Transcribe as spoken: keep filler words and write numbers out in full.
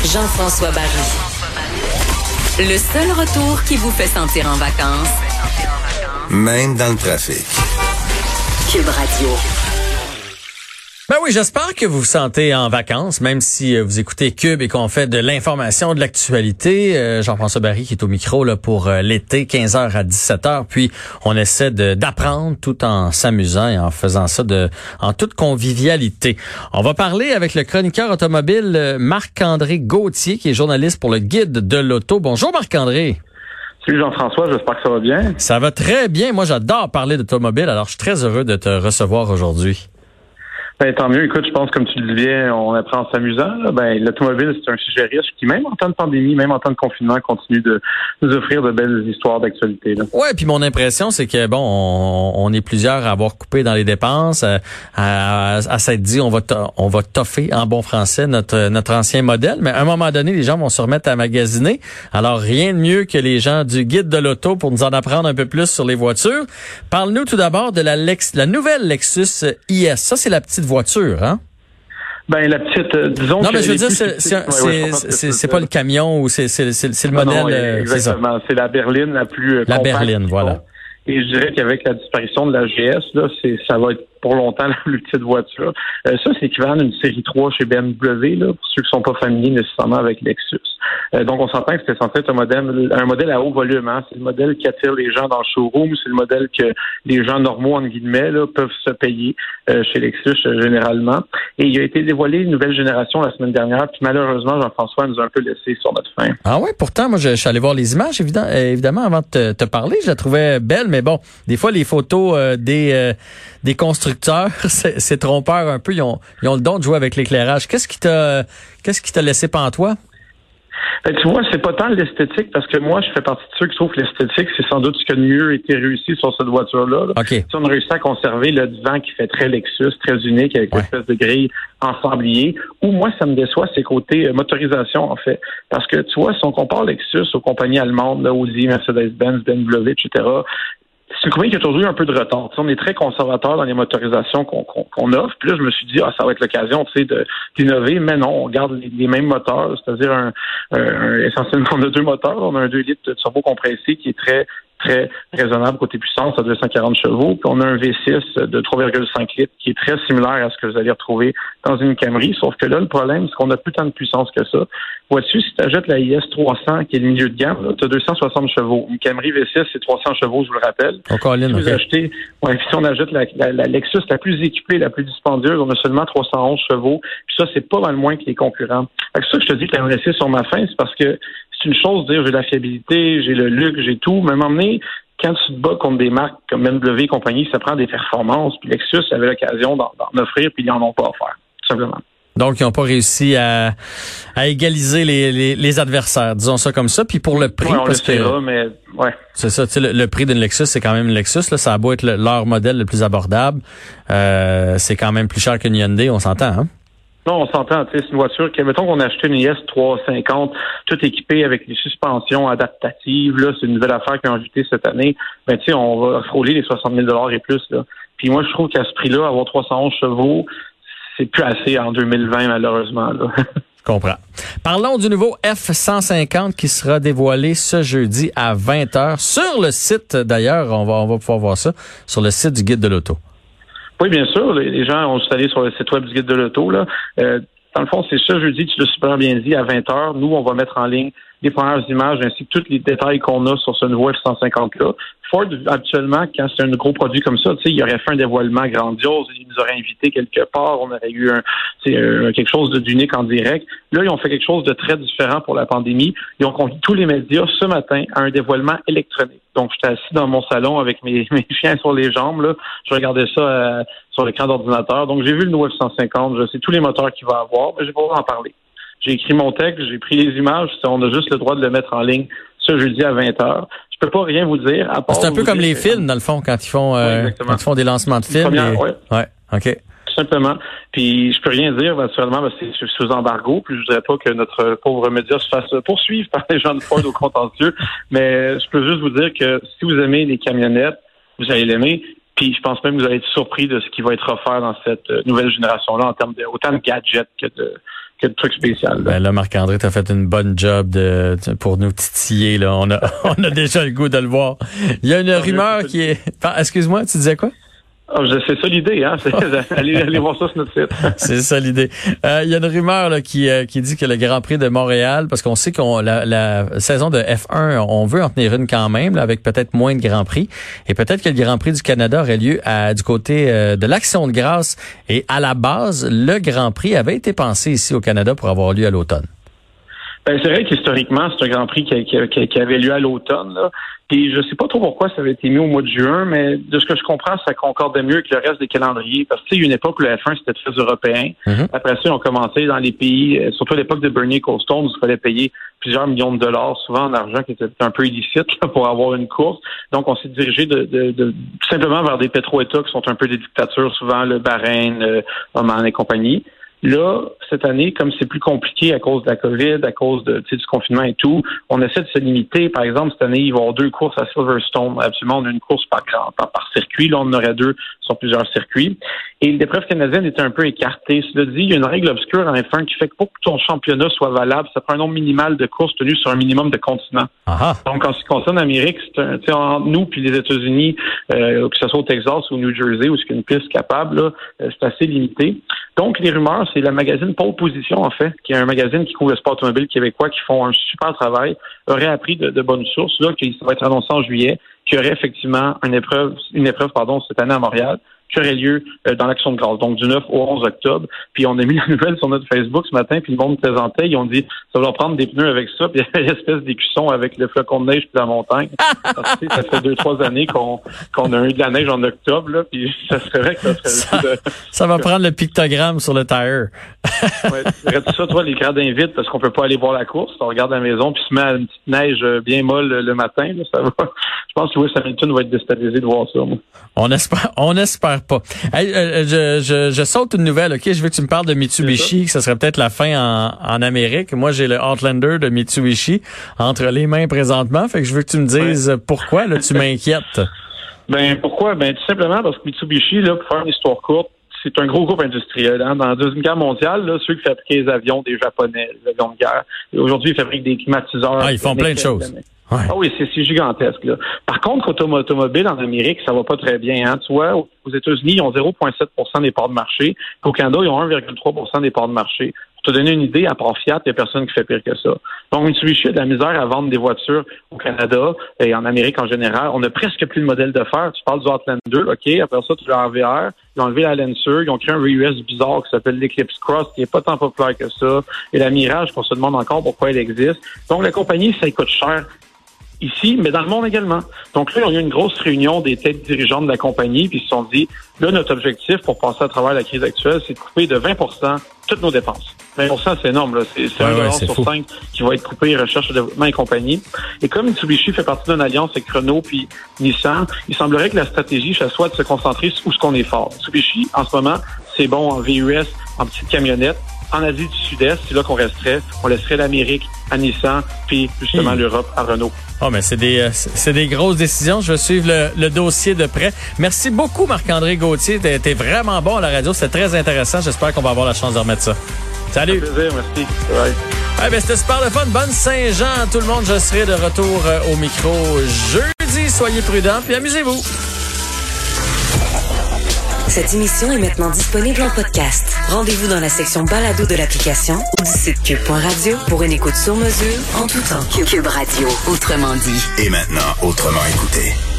Jean-François Barry. Le seul retour qui vous fait sentir en vacances, même dans le trafic. Cube Radio. Ben oui, j'espère que vous vous sentez en vacances, même si euh, vous écoutez Cube et qu'on fait de l'information, de l'actualité. Euh, Jean-François Barry qui est au micro là pour euh, l'été, quinze heures à dix-sept heures. Puis on essaie de, d'apprendre tout en s'amusant et en faisant ça de en toute convivialité. On va parler avec le chroniqueur automobile euh, Marc-André Gauthier, qui est journaliste pour le Guide de l'auto. Bonjour Marc-André. Salut Jean-François, j'espère que ça va bien. Ça va très bien. Moi, j'adore parler d'automobile, alors je suis très heureux de te recevoir aujourd'hui. Ben, tant mieux. Écoute, je pense, comme tu le disais, on apprend en s'amusant. Là. Ben, l'automobile, c'est un sujet riche qui, même en temps de pandémie, même en temps de confinement, continue de nous offrir de belles histoires d'actualité. Là. Ouais, puis mon impression, c'est que bon, on, on est plusieurs à avoir coupé dans les dépenses, à, à, à s'être dit, on va to- on va toffer en bon français notre notre ancien modèle. Mais à un moment donné, les gens vont se remettre à magasiner. Alors, rien de mieux que les gens du Guide de l'auto pour nous en apprendre un peu plus sur les voitures. Parle-nous tout d'abord de la Lex, la nouvelle Lexus I S. Ça, c'est la petite voiture, hein? Ben, la petite, euh, disons Non, que mais je veux dire, plus c'est, critiques- c'est, ouais, ouais, c'est, je c'est, c'est pas le camion ou c'est, c'est, c'est, c'est le Ah modèle, non, euh, c'est ça. exactement. C'est la berline la plus euh, La compacte. berline, voilà. Et je dirais qu'avec la disparition de la G S, là, c'est, ça va être pour longtemps la plus petite voiture. Euh, ça, c'est équivalent d'une série trois chez B M W, là, pour ceux qui sont pas familiers nécessairement avec Lexus. Euh, donc, on s'entend que c'était censé être un modèle, un modèle à haut volume. Hein. C'est le modèle qui attire les gens dans le showroom. C'est le modèle que les gens normaux, entre guillemets, là, peuvent se payer euh, chez Lexus euh, généralement. Et il a été dévoilé une nouvelle génération la semaine dernière. Puis malheureusement, Jean-François nous a un peu laissé sur notre faim. Ah ouais, pourtant, moi, je, je suis allé voir les images, évidemment, évidemment avant de te, te parler. Je la trouvais belle, mais bon, des fois, les photos euh, des euh, des constructeurs, c'est, c'est trompeur un peu. Ils ont, ils ont le don de jouer avec l'éclairage. Qu'est-ce qui t'a, qu'est-ce qui t'a laissé pantois? Ben, tu vois, c'est pas tant l'esthétique, parce que moi, je fais partie de ceux qui trouvent que l'esthétique, c'est sans doute ce qui a mieux été réussi sur cette voiture-là. Là. Okay. Si on a réussi à conserver le devant qui fait très Lexus, très unique, avec ouais. une espèce de grille ensemblier, ou moi, ça me déçoit, c'est côté euh, motorisation, en fait. Parce que, tu vois, si on compare Lexus aux compagnies allemandes, là, Audi, Mercedes-Benz, B M W, et cetera, c'est une compagnie qui a toujours eu un peu de retard. T'sais, on est très conservateur dans les motorisations qu'on, qu'on, qu'on offre. Puis là, je me suis dit, ah, ça va être l'occasion, tu sais, de, d'innover. Mais non, on garde les, les mêmes moteurs, c'est-à-dire un, un, un, essentiellement, on a deux moteurs. On a un deux litres de turbo compressé qui est très, très raisonnable côté puissance à deux cent quarante chevaux. Puis on a un V six de trois virgule cinq litres qui est très similaire à ce que vous allez retrouver dans une Camry. Sauf que là, le problème, c'est qu'on n'a plus tant de puissance que ça. Vois-tu, si tu ajoutes la I S trois cents, qui est le milieu de gamme, tu as deux cent soixante chevaux. Une Camry V six, c'est trois cents chevaux, je vous le rappelle. Oh, Colin, si, vous okay. achetez, ouais, si on ajoute la, la, la Lexus la plus équipée, la plus dispendieuse, on a seulement trois cent onze chevaux. Puis ça, c'est pas mal moins que les concurrents. C'est ça que je te dis que la laissé sur ma faim, c'est parce que c'est une chose de dire j'ai la fiabilité, j'ai le luxe, j'ai tout, mais à un moment donné, quand tu te bats contre des marques comme B M W et compagnie, ça prend des performances. Puis Lexus avait l'occasion d'en, d'en offrir, puis ils n'en ont pas offert, tout simplement. Donc, ils n'ont pas réussi à, à égaliser les, les, les adversaires, disons ça comme ça. Puis pour le prix, ouais, on parce le que sera, mais ouais. C'est ça, tu sais, le, le prix d'une Lexus, c'est quand même une Lexus. Là, ça a beau être le, leur modèle le plus abordable, euh, c'est quand même plus cher qu'une Hyundai, on s'entend, hein? Non, on s'entend, tu sais, c'est une voiture que, mettons qu'on a acheté une I S trois cent cinquante, tout équipée avec des suspensions adaptatives, là, c'est une nouvelle affaire qu'ils ont ajoutée cette année. Ben, tu sais, on va frôler les soixante mille dollars et plus, là. Puis moi, je trouve qu'à ce prix-là, avoir trois cent onze chevaux, c'est plus assez en deux mille vingt, malheureusement, là. Je comprends. Parlons du nouveau F cent cinquante qui sera dévoilé ce jeudi à vingt heures sur le site, d'ailleurs, on va, on va pouvoir voir ça, sur le site du Guide de l'auto. Oui, bien sûr. Les gens ont allé sur le site web du Guide de l'auto. Là. Euh, dans le fond, c'est ça, jeudi, tu l'as super bien dit, à vingt heures. Nous, on va mettre en ligne les premières images ainsi que tous les détails qu'on a sur ce nouveau F cent cinquante-là. Ford, habituellement, quand c'est un gros produit comme ça, tu sais, il aurait fait un dévoilement grandiose, il nous aurait invités quelque part, on aurait eu un, un, quelque chose d'unique en direct. Là, ils ont fait quelque chose de très différent pour la pandémie. Ils ont convié tous les médias ce matin à un dévoilement électronique. Donc, j'étais assis dans mon salon avec mes, mes chiens sur les jambes, là. Je regardais ça euh, sur l'écran d'ordinateur. Donc, j'ai vu le nouveau F cent cinquante, je sais tous les moteurs qu'il va avoir, mais j'ai pas envie d'en parler. J'ai écrit mon texte, j'ai pris les images, on a juste le droit de le mettre en ligne ce jeudi à vingt heures. Je peux pas rien vous dire. À part c'est un peu comme les que... films, dans le fond, quand ils font, euh, oui, quand ils font des lancements de films. Première, et... ouais. ouais, OK. Tout simplement. Puis je peux rien dire, naturellement, parce que c'est sous embargo. Puis je voudrais pas que notre pauvre média se fasse poursuivre par les gens de Ford au contentieux. Mais je peux juste vous dire que si vous aimez les camionnettes, vous allez l'aimer. Puis je pense même que vous allez être surpris de ce qui va être offert dans cette nouvelle génération-là en termes de autant de gadgets que de que de trucs spéciaux. Là, ben là Marc-André, t'as fait une bonne job de, pour nous titiller. Là. On a on a déjà le goût de le voir. Il y a une non, rumeur qui est... Excuse-moi, tu disais quoi? Oh, c'est ça l'idée, hein? C'est, allez, allez voir ça sur notre site. C'est ça l'idée. Euh, il y a une rumeur là, qui, euh, qui dit que le Grand Prix de Montréal, parce qu'on sait qu'on la, la saison de F un, on veut en tenir une quand même, là, avec peut-être moins de Grands Prix. Et peut-être que le Grand Prix du Canada aurait lieu à, du côté euh, de l'Action de grâce. Et à la base, le Grand Prix avait été pensé ici au Canada pour avoir lieu à l'automne. Ben, c'est vrai qu'historiquement, c'est un Grand Prix qui, qui, qui avait lieu à l'automne, là. Puis je sais pas trop pourquoi ça avait été mis au mois de juin, mais de ce que je comprends, ça concordait mieux que le reste des calendriers. Parce que tu sais, il y a une époque où le F un, c'était très européen. Mm-hmm. Après ça, ils ont commencé dans les pays, surtout à l'époque de Bernie Ecclestone, où il fallait payer plusieurs millions de dollars, souvent en argent qui était un peu illicite là, pour avoir une course. Donc, on s'est dirigé de, de, de, tout simplement vers des pétro-États qui sont un peu des dictatures, souvent le Bahreïn, euh, Oman et compagnie. Là, cette année, comme c'est plus compliqué à cause de la COVID, à cause de, tu sais, du confinement et tout, on essaie de se limiter. Par exemple, cette année, il va y avoir deux courses à Silverstone. Absolument, on a une course par, grand, par, par circuit. Là, on en aurait deux sur plusieurs circuits. Et l'épreuve canadienne était un peu écartée. Cela dit, il y a une règle obscure en F un qui fait que pour que ton championnat soit valable, ça prend un nombre minimal de courses tenues sur un minimum de continents. Aha. Donc, en ce qui concerne l'Amérique, c'est un, tu sais, entre nous puis les États-Unis, euh, que ce soit au Texas ou au New Jersey, où c'est une piste capable, là, euh, c'est assez limité. Donc, les rumeurs, c'est le magazine Pole Position, en fait, qui est un magazine qui couvre le sport automobile québécois, qui font un super travail, aurait appris de, de bonnes sources, là, qui va être annoncé en juillet, qu'il y aurait effectivement une épreuve, une épreuve, pardon, cette année à Montréal, qui aurait lieu euh, dans l'Action de grâce, donc du neuf au onze octobre. Puis on a mis la nouvelle sur notre Facebook ce matin, puis le monde présentait, ils ont dit ça va leur prendre des pneus avec ça, puis il y a une espèce d'écusson avec le flocon de neige puis la montagne. Parce que, ça fait deux, trois années qu'on qu'on a eu de la neige en octobre, là, puis ça serait vrai que ça serait ça, de... ça va prendre le pictogramme sur le tire. Ouais, tu dirais ça, toi, les gradins vides, parce qu'on peut pas aller voir la course. On regarde à la maison, puis se met à une petite neige bien molle le matin, là, ça va. Je pense que Lewis Hamilton va être déstabilisé de voir ça, moi. On espère, on espère pas. Hey, euh, je, je, je saute une nouvelle, ok? Je veux que tu me parles de Mitsubishi, que ça serait peut-être la fin en, en Amérique. Moi, j'ai le Outlander de Mitsubishi entre les mains présentement. Fait que je veux que tu me dises ouais. pourquoi, là, tu m'inquiètes. Ben, pourquoi? Ben, tout simplement parce que Mitsubishi, là, pour faire une histoire courte, c'est un gros groupe industriel. Hein. Dans la Deuxième Guerre mondiale, là, ceux qui fabriquaient les avions des Japonais, les avions de guerre, et aujourd'hui, ils fabriquent des climatiseurs. Ah, ils font plein de choses. Ouais. Ah oui, c'est, c'est gigantesque. Là. Par contre, automobile en Amérique, ça va pas très bien. Hein. Tu vois, aux États-Unis, ils ont zéro virgule sept pour cent des parts de marché. Au Canada, ils ont un virgule trois pour cent des parts de marché. Pour te donner une idée, à part Fiat, il n'y a personne qui fait pire que ça. Donc, Mitsubishi a de la misère à vendre des voitures au Canada et en Amérique en général. On a presque plus de modèle de fer. Tu parles du Outlander, OK. Après ça, tu l'as en V R. Ils ont enlevé la Lancer. Ils ont créé un U S bizarre qui s'appelle l'Eclipse Cross, qui est pas tant populaire que ça. Et la Mirage, qu'on se demande encore pourquoi elle existe. Donc, la compagnie, ça coûte cher ici, mais dans le monde également. Donc là, il y a eu une grosse réunion des têtes dirigeantes de la compagnie, puis ils se sont dit, là, notre objectif pour passer à travers la crise actuelle, c'est de couper de vingt pour cent toutes nos dépenses. vingt pour cent, c'est énorme, là. C'est, c'est ouais, un dollar ouais, sur cinq qui va être coupé recherche, développement et compagnie. Et comme Mitsubishi fait partie d'une alliance avec Renault puis Nissan, il semblerait que la stratégie, ça soit de se concentrer sur où ce qu'on est fort. Mitsubishi, en ce moment, c'est bon en V U S, en petites camionnettes. En Asie du Sud-Est, c'est là qu'on resterait. On laisserait l'Amérique à Nissan, puis justement mmh. l'Europe à Renault. Oh, mais c'est des, c'est des grosses décisions. Je vais suivre le, le dossier de près. Merci beaucoup, Marc-André Gauthier. T'es, t'es vraiment bon à la radio. C'était très intéressant. J'espère qu'on va avoir la chance de remettre ça. Salut. Ça fait plaisir, merci. Ouais. Ah, ben, c'était super le fun. Bonne Saint-Jean, tout le monde. Je serai de retour euh, au micro jeudi. Soyez prudents, puis amusez-vous. Cette émission est maintenant disponible en podcast. Rendez-vous dans la section balado de l'application ou du site cube point radio pour une écoute sur mesure en tout temps. Cube Radio, autrement dit. Et maintenant, autrement écouté.